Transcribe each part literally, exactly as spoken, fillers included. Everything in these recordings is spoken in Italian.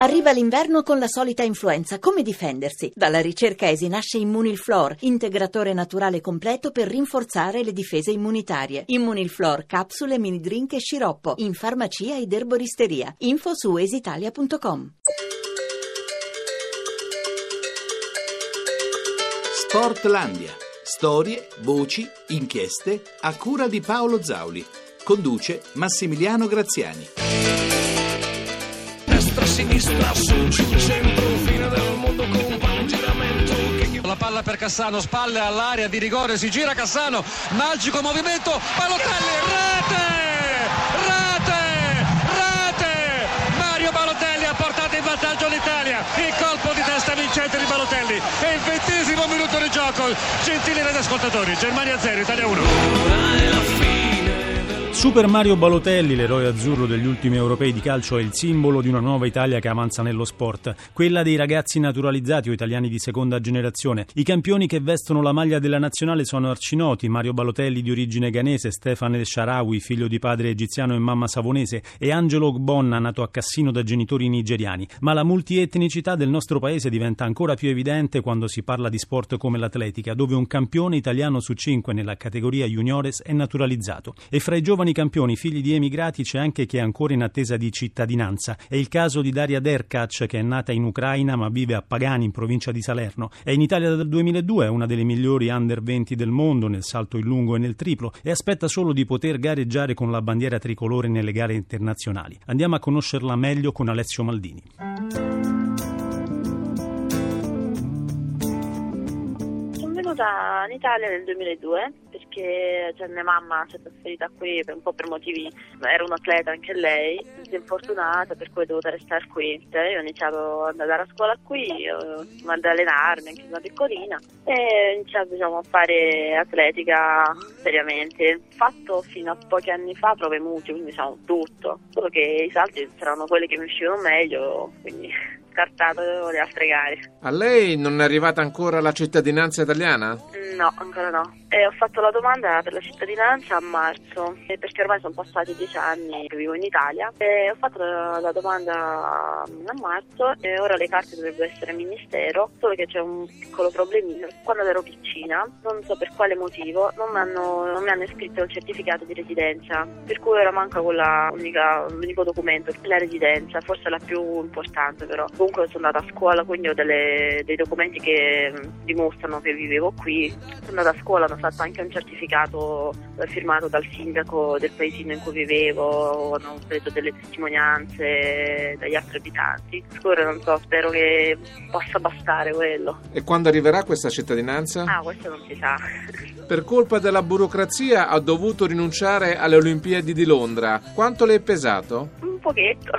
Arriva l'inverno con la solita influenza. Come difendersi? Dalla ricerca E S I nasce Immunilflor, integratore naturale completo per rinforzare le difese immunitarie. Immunilflor, capsule, mini drink e sciroppo. In farmacia ed erboristeria. Info su esitalia punto com. Sportlandia. Storie, voci, inchieste a cura di Paolo Zauli. Conduce Massimiliano Graziani. Destra, sinistra, su, giù, centro, fine del mondo con un giramento. La palla per Cassano, spalle all'area di rigore, si gira Cassano, magico movimento, Balotelli, rete! Rete! Rete! Mario Balotelli ha portato in vantaggio l'Italia, il colpo di testa vincente di Balotelli, è il ventesimo minuto di gioco, gentili radioascoltatori, Germania zero, Italia uno. Super Mario Balotelli, l'eroe azzurro degli ultimi europei di calcio, è il simbolo di una nuova Italia che avanza nello sport, quella dei ragazzi naturalizzati o italiani di seconda generazione. I campioni che vestono la maglia della nazionale sono arcinoti: Mario Balotelli, di origine ghanese, Stefan El Shaarawy, figlio di padre egiziano e mamma savonese, e Angelo Ogbonna, nato a Cassino da genitori nigeriani. Ma la multietnicità del nostro paese diventa ancora più evidente quando si parla di sport come l'atletica, dove un campione italiano su cinque nella categoria juniores è naturalizzato. E fra i giovani campioni figli di emigrati c'è anche chi è ancora in attesa di cittadinanza. È il caso di Daria Derkac, che è nata in Ucraina ma vive a Pagani, in provincia di Salerno. È in Italia dal duemiladue, è una delle migliori under venti del mondo nel salto in lungo e nel triplo, e aspetta solo di poter gareggiare con la bandiera tricolore nelle gare internazionali. Andiamo a conoscerla meglio con Alessio Maldini. Sono venuta in Italia nel duemiladue perché cioè, mia mamma si è trasferita qui per un po' per motivi, era un atleta anche lei, si è infortunata per cui è dovuta restare qui. Cioè, io ho iniziato ad andare a scuola qui, ad allenarmi anche da piccolina e ho iniziato diciamo, a fare atletica seriamente. Fatto fino a pochi anni fa prove multi, quindi diciamo tutto, solo che i salti erano quelli che mi uscivano meglio, quindi scartato le altre gare. A lei non è arrivata ancora la cittadinanza italiana? No, ancora no. E ho fatto la domanda per la cittadinanza a marzo, perché ormai sono passati dieci anni che vivo in Italia, e ho fatto la, la domanda a marzo e ora le carte dovrebbero essere al ministero, solo che c'è un piccolo problemino. Quando ero piccina, non so per quale motivo, non mi hanno, non mi hanno iscritto il certificato di residenza, per cui ora manca quella unica, l'unico documento, la residenza, forse la più importante però. Comunque sono andata a scuola, quindi ho delle, dei documenti che dimostrano che vivevo qui. Sono andata a scuola, hanno fatto anche un certificato firmato dal sindaco del paesino in cui vivevo, hanno preso delle testimonianze dagli altri abitanti. Ora non so, spero che possa bastare quello. E quando arriverà questa cittadinanza? Ah, questo non si sa. Per colpa della burocrazia ha dovuto rinunciare alle Olimpiadi di Londra. Quanto le è pesato? Un pochetto,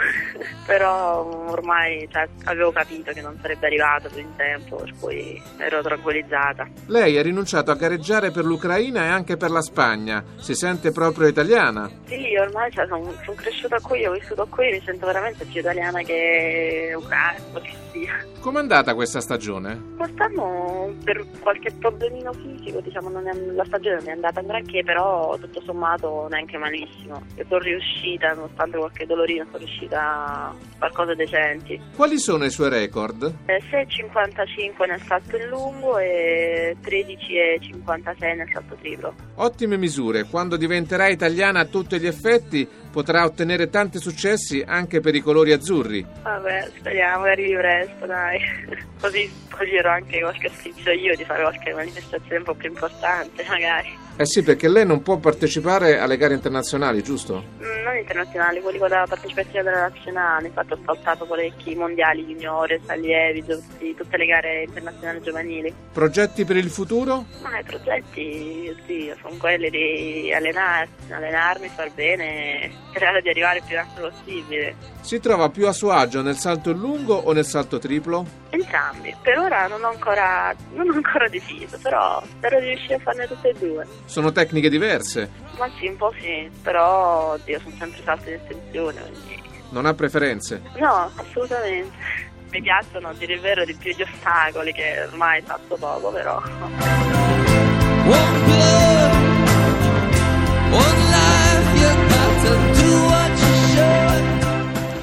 però ormai cioè, avevo capito che non sarebbe arrivato più in tempo, per cui ero tranquillizzata. Lei ha rinunciato a gareggiare per l'Ucraina e anche per la Spagna. Si sente proprio italiana? Sì, ormai cioè, sono son cresciuta qui, ho vissuto qui, mi sento veramente più italiana che ucraina, che sia. Com'è andata questa stagione? Quest'anno per qualche problemino fisico, diciamo, non è, la stagione non è andata granché, però tutto sommato neanche malissimo. Io sono riuscita, nonostante qualche dolorino, sono riuscita a fare cose decenti. Quali sono i suoi record? Eh, sei virgola cinquantacinque nel salto in lungo e tredici virgola cinquantasei nel salto triplo. Ottime misure. Quando diventerà italiana a tutti gli effetti potrà ottenere tanti successi anche per i colori azzurri. Vabbè, speriamo che arrivi presto, dai. Così coglierò anche qualche spizio io di fare qualche manifestazione un po' più importante, magari. Eh sì, perché lei non può partecipare alle gare internazionali, giusto? Mm, non internazionali, quelli con la partecipazione della nazionale. Infatti ho saltato parecchi mondiali juniores, allievi, tutti, tutte le gare internazionali giovanili. Progetti per il futuro? Ma i progetti, sì, sono quelli di allenarsi, allenarmi, far bene, cercare di arrivare il più in alto possibile. Si trova più a suo agio nel salto in lungo o nel salto triplo? Entrambi. Per ora non ho ancora, non ho ancora deciso, però spero di riuscire a farne tutte e due. Sono tecniche diverse? Ma sì, un po' sì, però oddio, sono sempre salti in estensione, quindi... Non ha preferenze? No, assolutamente. Mi piacciono, a dire il vero, di più gli ostacoli, che ormai salto poco, però... One blood, one life, you got to do what you should.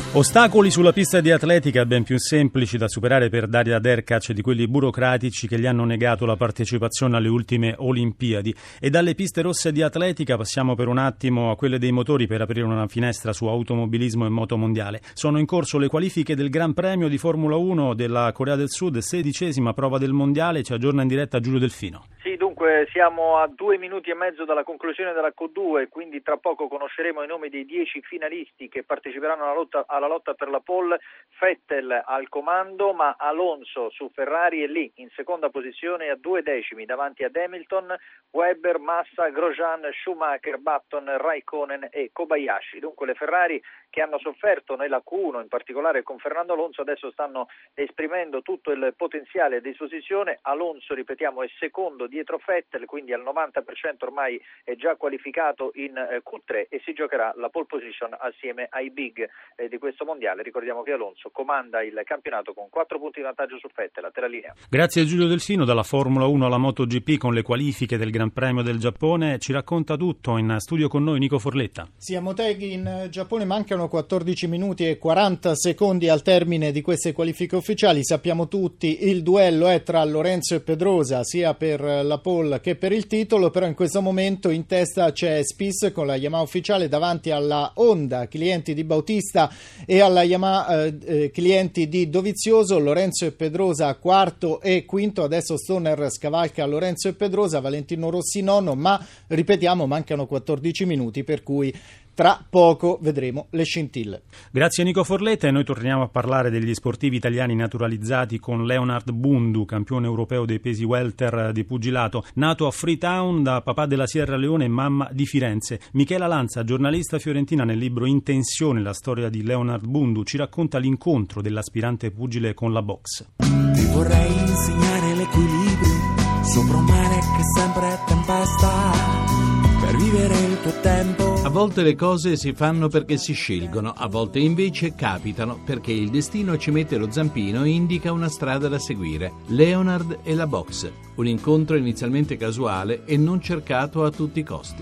Ostacoli sulla pista di atletica ben più semplici da superare per Daria Derkac di quelli burocratici che gli hanno negato la partecipazione alle ultime Olimpiadi. E dalle piste rosse di atletica passiamo per un attimo a quelle dei motori per aprire una finestra su automobilismo e moto mondiale. Sono in corso le qualifiche del Gran Premio di Formula uno della Corea del Sud, sedicesima prova del mondiale. Ci aggiorna in diretta Giulio Delfino. Sì, dunque siamo a due minuti e mezzo dalla conclusione della Q due, quindi tra poco conosceremo i nomi dei dieci finalisti che parteciperanno alla lotta, alla lotta per la pole. Vettel al comando, ma Alonso su Ferrari è lì in seconda posizione a due decimi davanti ad Hamilton, Webber, Massa, Grosjean, Schumacher, Button, Raikkonen e Kobayashi. Dunque le Ferrari che hanno sofferto nella Q uno, in particolare con Fernando Alonso, adesso stanno esprimendo tutto il potenziale a disposizione. Alonso, ripetiamo, è secondo dietro Vettel, quindi al novanta per cento ormai è già qualificato in Q tre e si giocherà la pole position assieme ai big eh, di questo mondiale. Ricordiamo che Alonso comanda il campionato con quattro punti di vantaggio su Vettel. A te la linea. Grazie a Giulio Delfino. Dalla Formula uno alla MotoGP con le qualifiche del Gran Premio del Giappone ci racconta tutto. In studio con noi Nico Forletta. Sì, a Motegi in Giappone mancano quattordici minuti e quaranta secondi al termine di queste qualifiche ufficiali. Sappiamo tutti, il duello è tra Lorenzo e Pedrosa sia per la pole che per il titolo, però in questo momento in testa c'è Spies con la Yamaha ufficiale davanti alla Honda clienti di Bautista e alla Yamaha eh, clienti di Dovizioso. Lorenzo e Pedrosa quarto e quinto, adesso Stoner scavalca Lorenzo e Pedrosa, Valentino Rossi nono, ma ripetiamo mancano quattordici minuti, per cui tra poco vedremo le scintille. Grazie Nico Forletta, e noi torniamo a parlare degli sportivi italiani naturalizzati con Leonard Bundu, campione europeo dei pesi welter di pugilato, nato a Freetown da papà della Sierra Leone e mamma di Firenze. Michela Lanza, giornalista fiorentina, nel libro In tensione, la storia di Leonard Bundu, ci racconta l'incontro dell'aspirante pugile con la box. Ti vorrei insegnare l'equilibrio sopra un mare che sempre è tempesta, per vivere il tuo tempo. A volte le cose si fanno perché si scelgono, a volte invece capitano perché il destino ci mette lo zampino e indica una strada da seguire. Leonard e la box, un incontro inizialmente casuale e non cercato a tutti i costi.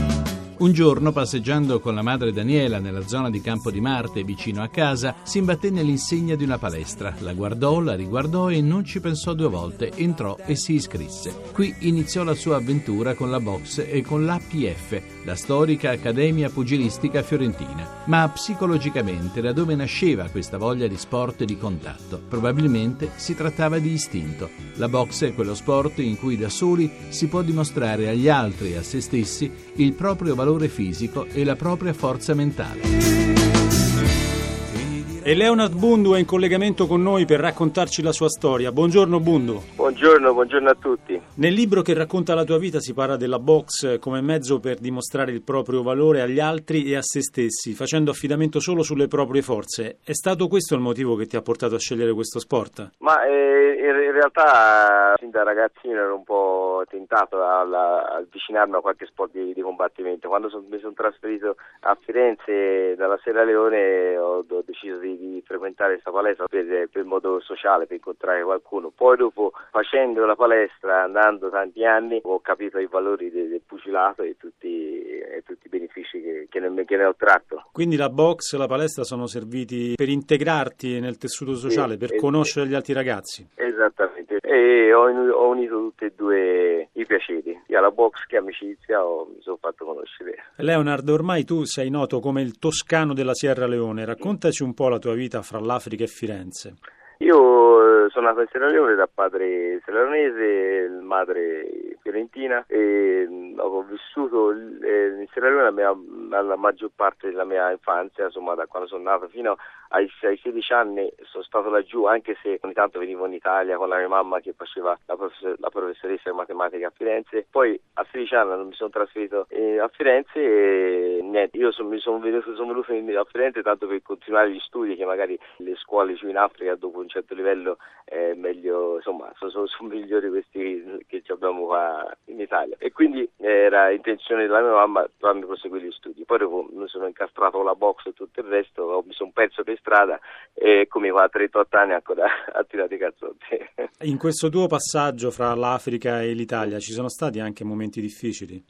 Un giorno, passeggiando con la madre Daniela nella zona di Campo di Marte vicino a casa, si imbatté nell'insegna di una palestra. La guardò, la riguardò e non ci pensò due volte. Entrò e si iscrisse. Qui iniziò la sua avventura con la box e con l'A P F, la storica Accademia Pugilistica Fiorentina. Ma psicologicamente, da dove nasceva questa voglia di sport e di contatto? Probabilmente si trattava di istinto. La box è quello sport in cui da soli si può dimostrare agli altri e a se stessi il proprio valore fisico e la propria forza mentale. E Leonard Bundu è in collegamento con noi per raccontarci la sua storia. Buongiorno Bundu. Buongiorno, buongiorno a tutti. Nel libro che racconta la tua vita si parla della box come mezzo per dimostrare il proprio valore agli altri e a se stessi, facendo affidamento solo sulle proprie forze. È stato questo il motivo che ti ha portato a scegliere questo sport? Ma eh, in realtà sin da ragazzino ero un po' tentato ad avvicinarmi a qualche sport di, di combattimento. Quando son, mi sono trasferito a Firenze dalla Sierra Leone ho, ho deciso di di frequentare questa palestra per, per modo sociale, per incontrare qualcuno. Poi dopo, facendo la palestra, andando tanti anni, ho capito i valori del, del pugilato e tutti, e tutti i benefici che, che, ne, che ne ho tratto. Quindi la box e la palestra sono serviti per integrarti nel tessuto sociale, sì, per es- conoscere gli altri ragazzi. Esattamente, e ho, ho unito tutti e due i piaceri, sia la box che amicizia, ho, mi sono fatto conoscere. Leonard, ormai tu sei noto come il toscano della Sierra Leone, raccontaci un po' la tua vita fra l'Africa e Firenze. Io sono nato in Sierra Leone da padre sierraonese, madre fiorentina, e ho vissuto in Sierra Leone la, mia, la maggior parte della mia infanzia, insomma da quando sono nato fino ai, ai sedici anni sono stato laggiù, anche se ogni tanto venivo in Italia con la mia mamma che faceva la, professor, la professoressa di matematica a Firenze. Poi a sedici anni mi sono trasferito eh, a Firenze e niente, io son, mi sono venuto, son venuto in, a Firenze tanto per continuare gli studi, che magari le scuole giù in Africa dopo un certo livello è meglio, insomma sono, sono, sono migliori questi che abbiamo qua in Italia, e quindi era intenzione della mia mamma farmi proseguire gli studi. Poi dopo mi sono incastrato con la box e tutto il resto, mi sono perso per strada e eccomi qua a trentotto anni ancora a tirare i cazzotti. In questo tuo passaggio fra l'Africa e l'Italia ci sono stati anche momenti difficili? Sì,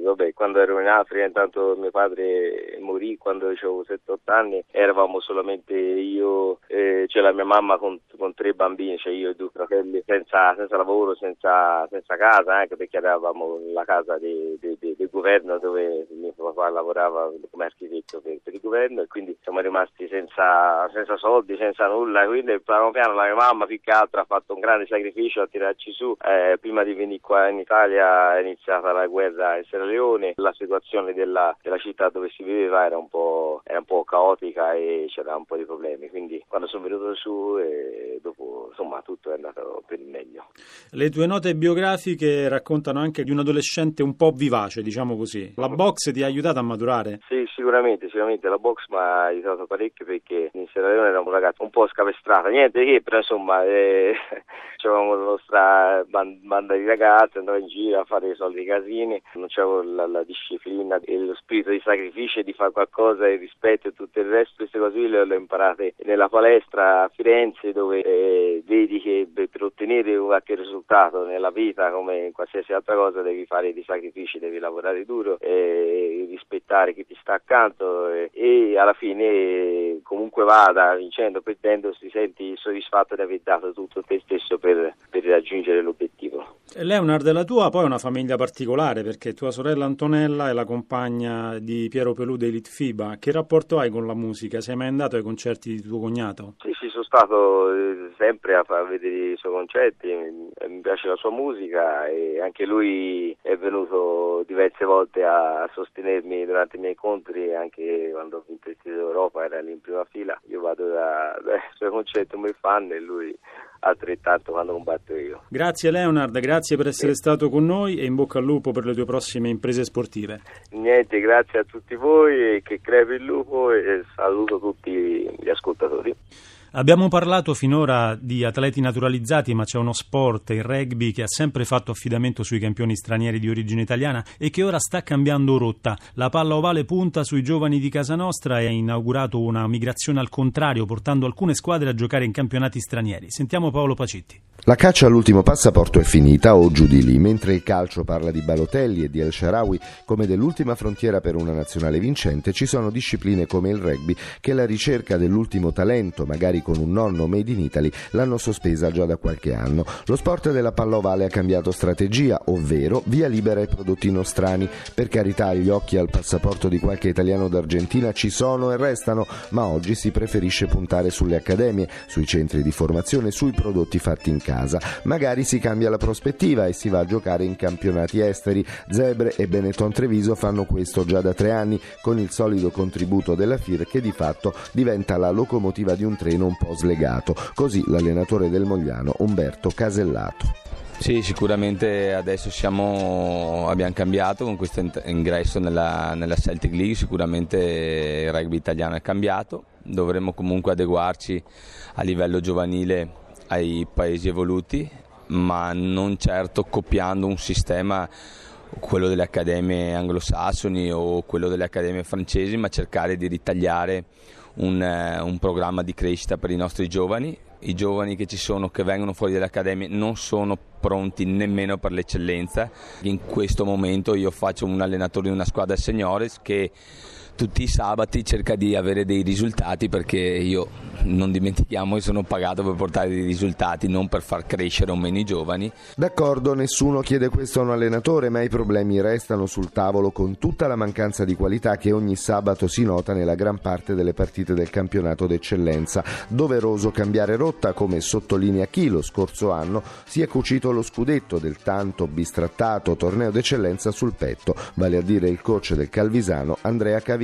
vabbè, quando ero in Africa, intanto mio padre morì quando avevo sette otto anni, eravamo solamente io, eh, cioè la mia mamma con, con tre bambini, cioè io e due fratelli, senza, senza lavoro, senza, senza casa, anche perché eravamo nella casa del de, de, de governo dove mio papà lavorava come architetto per, per il governo, e quindi siamo rimasti senza, senza soldi, senza nulla. Quindi piano piano la mia mamma più che altro ha fatto un grande sacrificio a tirarci su. Eh, prima di venire qua in Italia è iniziata la guerra in Sierra Leone, la situazione della, della città dove si viveva era un po' era un po' caotica e c'era un po' di problemi, quindi quando sono venuto su e dopo insomma tutto è andato per il meglio. Le tue note biografiche raccontano anche di un adolescente un po' vivace, diciamo così. La box ti ha aiutato a maturare? Sì, sicuramente, sicuramente la box mi ha aiutato parecchio, perché in Sierra Leone era un ragazzo un po' scapestrato, niente che, però insomma eh, c'avevamo la nostra banda di ragazzi, andavo in giro a fare i soliti casini, non c'avevo la, la disciplina e lo spirito di sacrificio, di fare qualcosa, il rispetto e tutto il resto. Queste cose le ho imparate nella palestra a Firenze, dove eh, vedi che per ottenere qualche risultato nella vita, come in qualsiasi altra cosa, devi fare dei sacrifici, devi lavorare duro, eh, rispettare chi ti sta accanto, eh, e alla fine eh, comunque vada, vincendo o perdendo, ti senti soddisfatto di aver dato tutto te stesso per, per raggiungere l'obiettivo. Leonard, la tua poi è una famiglia particolare, perché tua sorella Antonella è la compagna di Piero Pelù dei Litfiba. Che rapporto hai con la musica? Sei mai andato ai concerti di tuo cognato? Sì, sì, sono stato eh, sempre a far vedere i suoi concerti, mi, mi piace la sua musica, e anche lui è venuto diverse volte a sostenermi durante i miei incontri, anche quando ho vinto il titolo d'Europa era lì in prima fila. Io vado da, dai suoi concerti come fan e lui altrettanto quando combatto io. Grazie Leonard, grazie per essere sì. stato con noi, e in bocca al lupo per le tue prossime imprese sportive. Niente, grazie a tutti voi, e che crepi il lupo, e saluto tutti gli ascoltatori. Abbiamo parlato finora di atleti naturalizzati, ma c'è uno sport, il rugby, che ha sempre fatto affidamento sui campioni stranieri di origine italiana e che ora sta cambiando rotta. La palla ovale punta sui giovani di casa nostra e ha inaugurato una migrazione al contrario, portando alcune squadre a giocare in campionati stranieri. Sentiamo Paolo Pacitti. La caccia all'ultimo passaporto è finita o giù di lì, mentre il calcio parla di Balotelli e di El Shaarawy come dell'ultima frontiera per una nazionale vincente. Ci sono discipline come il rugby che la ricerca dell'ultimo talento, magari con un nonno made in Italy, l'hanno sospesa già da qualche anno. Lo sport della palla ovale ha cambiato strategia, ovvero via libera ai prodotti nostrani. Per carità, gli occhi al passaporto di qualche italiano d'Argentina ci sono e restano, ma oggi si preferisce puntare sulle accademie, sui centri di formazione, sui prodotti fatti in casa. Magari si cambia la prospettiva e si va a giocare in campionati esteri. Zebre e Benetton Treviso fanno questo già da tre anni, con il solido contributo della F I R, che di fatto diventa la locomotiva di un treno un po' slegato. Così l'allenatore del Mogliano, Umberto Casellato. Sì, sicuramente adesso siamo, abbiamo cambiato con questo ingresso nella, nella Celtic League, sicuramente il rugby italiano è cambiato, dovremmo comunque adeguarci a livello giovanile ai paesi evoluti, ma non certo copiando un sistema, quello delle accademie anglosassoni o quello delle accademie francesi, ma cercare di ritagliare un, un programma di crescita per i nostri giovani. I giovani che ci sono, che vengono fuori dalle accademie, non sono pronti nemmeno per l'eccellenza. In questo momento io faccio un allenatore di una squadra seniores che tutti i sabati cerca di avere dei risultati, perché io, non dimentichiamo, che sono pagato per portare dei risultati, non per far crescere o meno i giovani. D'accordo, nessuno chiede questo a un allenatore, ma i problemi restano sul tavolo, con tutta la mancanza di qualità che ogni sabato si nota nella gran parte delle partite del campionato d'eccellenza. Doveroso cambiare rotta, come sottolinea chi lo scorso anno si è cucito lo scudetto del tanto bistrattato torneo d'eccellenza sul petto, vale a dire il coach del Calvisano Andrea Cavinato.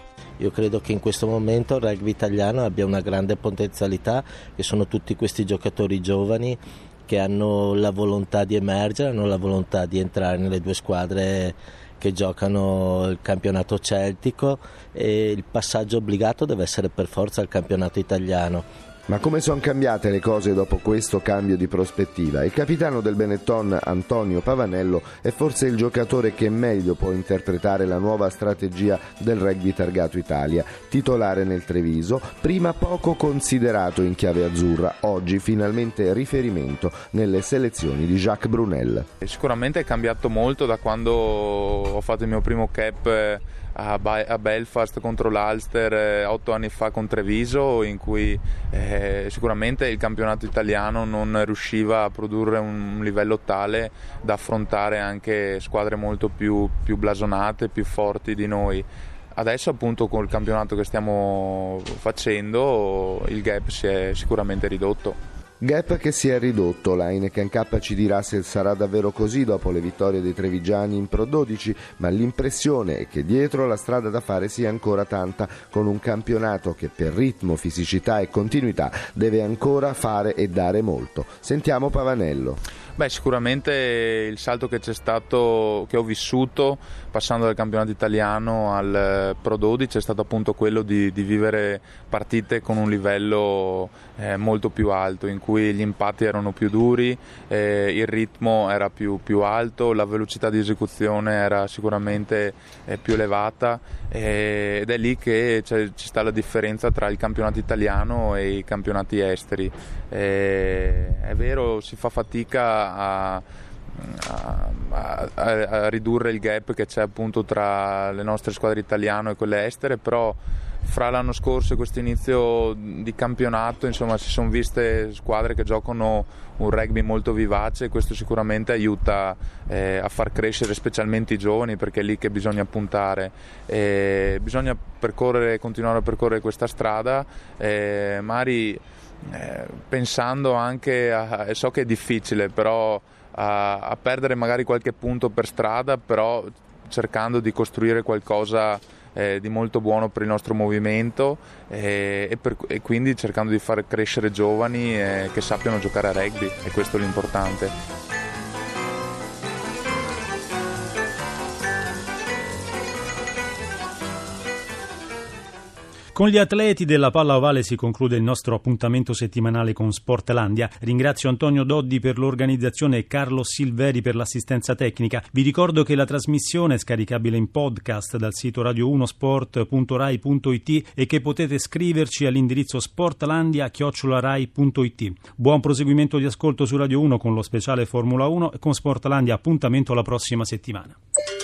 Io credo che in questo momento il rugby italiano abbia una grande potenzialità, che sono tutti questi giocatori giovani che hanno la volontà di emergere, hanno la volontà di entrare nelle due squadre che giocano il campionato celtico, e il passaggio obbligato deve essere per forza al campionato italiano. Ma come sono cambiate le cose dopo questo cambio di prospettiva? Il capitano del Benetton, Antonio Pavanello, è forse il giocatore che meglio può interpretare la nuova strategia del rugby targato Italia. Titolare nel Treviso, prima poco considerato in chiave azzurra, oggi finalmente riferimento nelle selezioni di Jacques Brunel. Sicuramente è cambiato molto da quando ho fatto il mio primo cap a Belfast contro l'Ulster otto anni fa con Treviso, in cui eh, sicuramente il campionato italiano non riusciva a produrre un livello tale da affrontare anche squadre molto più, più blasonate, più forti di noi. Adesso appunto con il campionato che stiamo facendo il gap si è sicuramente ridotto. Gap che si è ridotto, la Heineken Cup ci dirà se sarà davvero così dopo le vittorie dei trevigiani in Pro dodici, ma l'impressione è che dietro la strada da fare sia ancora tanta, con un campionato che per ritmo, fisicità e continuità deve ancora fare e dare molto. Sentiamo Pavanello. Beh, sicuramente il salto che c'è stato, che ho vissuto passando dal campionato italiano al Pro dodici è stato appunto quello di, di vivere partite con un livello eh, molto più alto, in cui gli impatti erano più duri, eh, il ritmo era più, più alto, la velocità di esecuzione era sicuramente eh, più elevata, eh, ed è lì che c'è, ci sta la differenza tra il campionato italiano e i campionati esteri. Eh, è vero, si fa fatica A, a, a ridurre il gap che c'è appunto tra le nostre squadre italiane e quelle estere, però fra l'anno scorso e questo inizio di campionato insomma si sono viste squadre che giocano un rugby molto vivace, e questo sicuramente aiuta eh, a far crescere specialmente i giovani, perché è lì che bisogna puntare, e bisogna percorrere, continuare a percorrere questa strada, eh, magari Eh, pensando anche a, e so che è difficile, però a, a perdere magari qualche punto per strada, però cercando di costruire qualcosa eh, di molto buono per il nostro movimento, eh, e, per, e quindi cercando di far crescere giovani eh, che sappiano giocare a rugby, e questo è l'importante. Con gli atleti della palla ovale si conclude il nostro appuntamento settimanale con Sportlandia. Ringrazio Antonio Doddi per l'organizzazione e Carlo Silveri per l'assistenza tecnica. Vi ricordo che la trasmissione è scaricabile in podcast dal sito radio uno sport punto rai punto it e che potete scriverci all'indirizzo sportlandia chiocciola rai punto it. Buon proseguimento di ascolto su Radio uno con lo speciale Formula uno, e con Sportlandia appuntamento la prossima settimana.